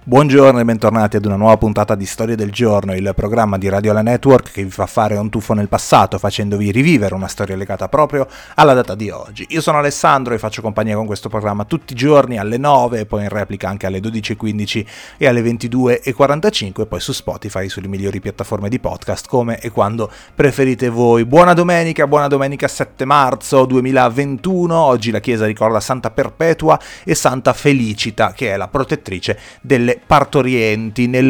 Buongiorno e bentornati ad una nuova puntata di Storie del Giorno, il programma di Radio La Network che vi fa fare un tuffo nel passato facendovi rivivere una storia legata proprio alla data di oggi. Io sono Alessandro e faccio compagnia con questo programma tutti i giorni alle 9 e poi in replica anche alle 12.15 e alle 22.45 e poi su Spotify, sulle migliori piattaforme di podcast come e quando preferite voi. Buona domenica 7 marzo 2021, oggi la Chiesa ricorda Santa Perpetua e Santa Felicita che è la protettrice delle partorienti. Nel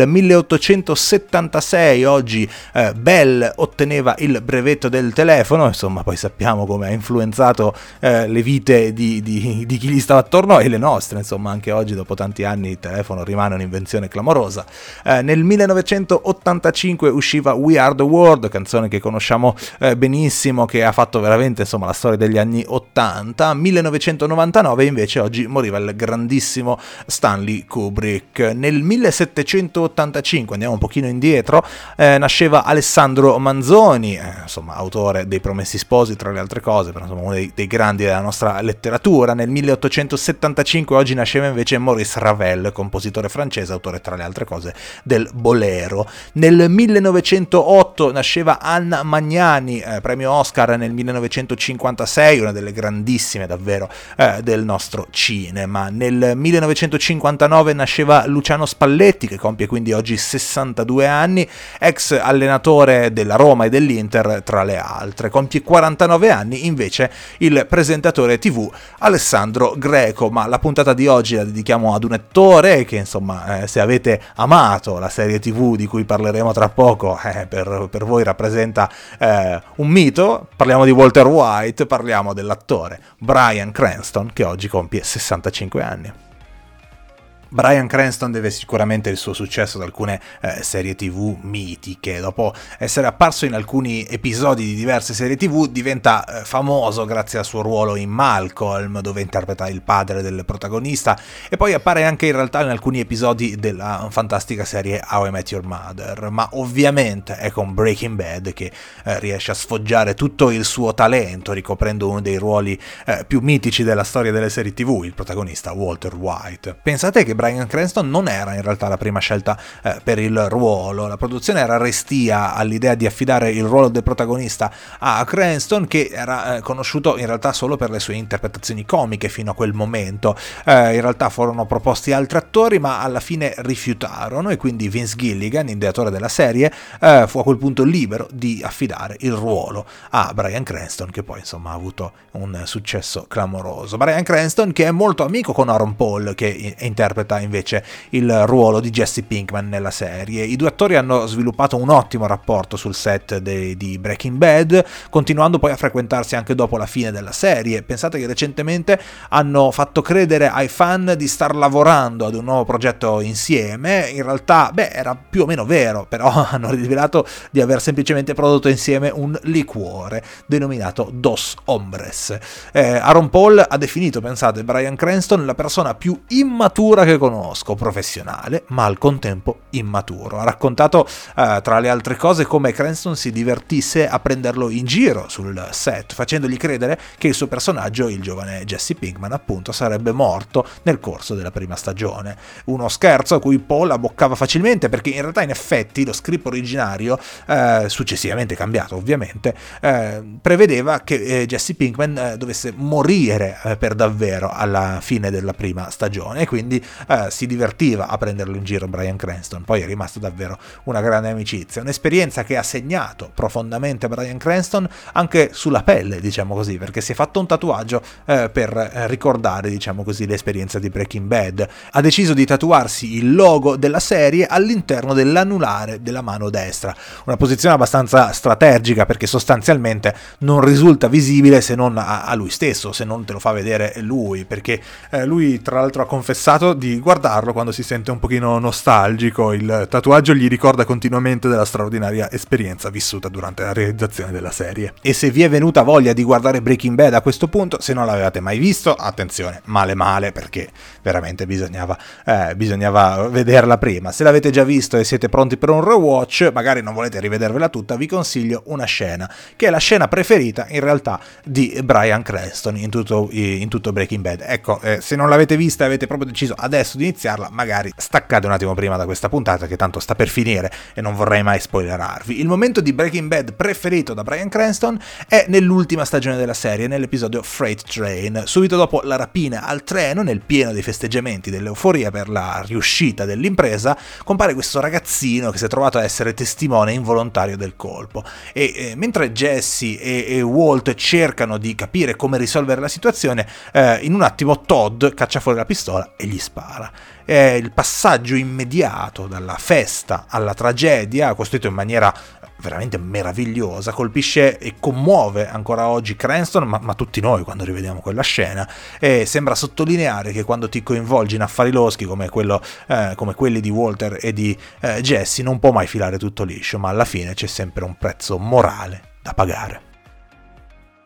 1876 oggi Bell otteneva il brevetto del telefono, insomma poi sappiamo come ha influenzato le vite di chi gli stava attorno e le nostre, insomma anche oggi dopo tanti anni il telefono rimane un'invenzione clamorosa. Nel 1985 usciva We Are The World, canzone che conosciamo benissimo, che ha fatto veramente insomma la storia degli anni 80. 1999 invece oggi moriva il grandissimo Stanley Kubrick. Nel 1785, andiamo un pochino indietro, nasceva Alessandro Manzoni, insomma autore dei Promessi Sposi tra le altre cose, però insomma uno dei grandi della nostra letteratura. Nel 1875 oggi nasceva invece Maurice Ravel, compositore francese, autore tra le altre cose del Bolero. Nel 1908 nasceva Anna Magnani, premio Oscar nel 1956, una delle grandissime davvero del nostro cinema. Nel 1959 nasceva Luciano Spalletti, che compie quindi oggi 62 anni, ex allenatore della Roma e dell'Inter tra le altre. Compie 49 anni invece il presentatore TV Alessandro Greco, ma la puntata di oggi la dedichiamo ad un attore che insomma se avete amato la serie TV di cui parleremo tra poco, per voi rappresenta un mito. Parliamo di Walter White, parliamo dell'attore Bryan Cranston che oggi compie 65 anni. Bryan Cranston deve sicuramente il suo successo ad alcune serie TV mitiche. Dopo essere apparso in alcuni episodi di diverse serie TV diventa famoso grazie al suo ruolo in Malcolm, dove interpreta il padre del protagonista, e poi appare anche in realtà in alcuni episodi della fantastica serie How I Met Your Mother. Ma ovviamente è con Breaking Bad che riesce a sfoggiare tutto il suo talento, ricoprendo uno dei ruoli più mitici della storia delle serie TV, il protagonista Walter White. Pensate che Bryan Cranston non era in realtà la prima scelta per il ruolo. La produzione era restia all'idea di affidare il ruolo del protagonista a Cranston, che era conosciuto in realtà solo per le sue interpretazioni comiche fino a quel momento. In realtà furono proposti altri attori, ma alla fine rifiutarono, e quindi Vince Gilligan, ideatore della serie, fu a quel punto libero di affidare il ruolo a Bryan Cranston, che poi insomma ha avuto un successo clamoroso. Bryan Cranston che è molto amico con Aaron Paul, che interpreta invece il ruolo di Jesse Pinkman nella serie. I due attori hanno sviluppato un ottimo rapporto sul set di Breaking Bad, continuando poi a frequentarsi anche dopo la fine della serie. Pensate che recentemente hanno fatto credere ai fan di star lavorando ad un nuovo progetto insieme. In realtà, era più o meno vero, però hanno rivelato di aver semplicemente prodotto insieme un liquore denominato Dos Hombres. Aaron Paul ha definito, pensate, Bryan Cranston la persona più immatura che conosco, professionale ma al contempo immaturo. Ha raccontato tra le altre cose come Cranston si divertisse a prenderlo in giro sul set, facendogli credere che il suo personaggio, il giovane Jesse Pinkman appunto, sarebbe morto nel corso della prima stagione. Uno scherzo a cui Paul abboccava facilmente, perché in realtà in effetti lo script originario, successivamente cambiato ovviamente, prevedeva che Jesse Pinkman dovesse morire per davvero alla fine della prima stagione, e quindi si divertiva a prenderlo in giro Bryan Cranston. Poi è rimasto davvero una grande amicizia, un'esperienza che ha segnato profondamente Bryan Cranston anche sulla pelle, diciamo così, perché si è fatto un tatuaggio per ricordare, diciamo così, l'esperienza di Breaking Bad. Ha deciso di tatuarsi il logo della serie all'interno dell'anulare della mano destra, una posizione abbastanza strategica perché sostanzialmente non risulta visibile se non a lui stesso, se non te lo fa vedere lui, perché lui tra l'altro ha confessato di guardarlo quando si sente un pochino nostalgico. Il tatuaggio gli ricorda continuamente della straordinaria esperienza vissuta durante la realizzazione della serie. E se vi è venuta voglia di guardare Breaking Bad a questo punto, se non l'avevate mai visto, attenzione, male, perché veramente bisognava vederla prima. Se l'avete già visto e siete pronti per un rewatch, magari non volete rivedervela tutta, vi consiglio una scena, che è la scena preferita in realtà di Bryan Cranston in tutto Breaking Bad. Ecco, se non l'avete vista e avete proprio deciso adesso promesso di iniziarla, magari staccate un attimo prima da questa puntata che tanto sta per finire e non vorrei mai spoilerarvi. Il momento di Breaking Bad preferito da Bryan Cranston è nell'ultima stagione della serie, nell'episodio Freight Train. Subito dopo la rapina al treno, nel pieno dei festeggiamenti, dell'euforia per la riuscita dell'impresa, compare questo ragazzino che si è trovato a essere testimone involontario del colpo e mentre Jesse e Walt cercano di capire come risolvere la situazione, in un attimo Todd caccia fuori la pistola e gli spara. Il passaggio immediato dalla festa alla tragedia, costruito in maniera veramente meravigliosa, colpisce e commuove ancora oggi Cranston, ma tutti noi quando rivediamo quella scena, e sembra sottolineare che quando ti coinvolgi in affari loschi come quelli di Walter e di Jesse non può mai filare tutto liscio, ma alla fine c'è sempre un prezzo morale da pagare.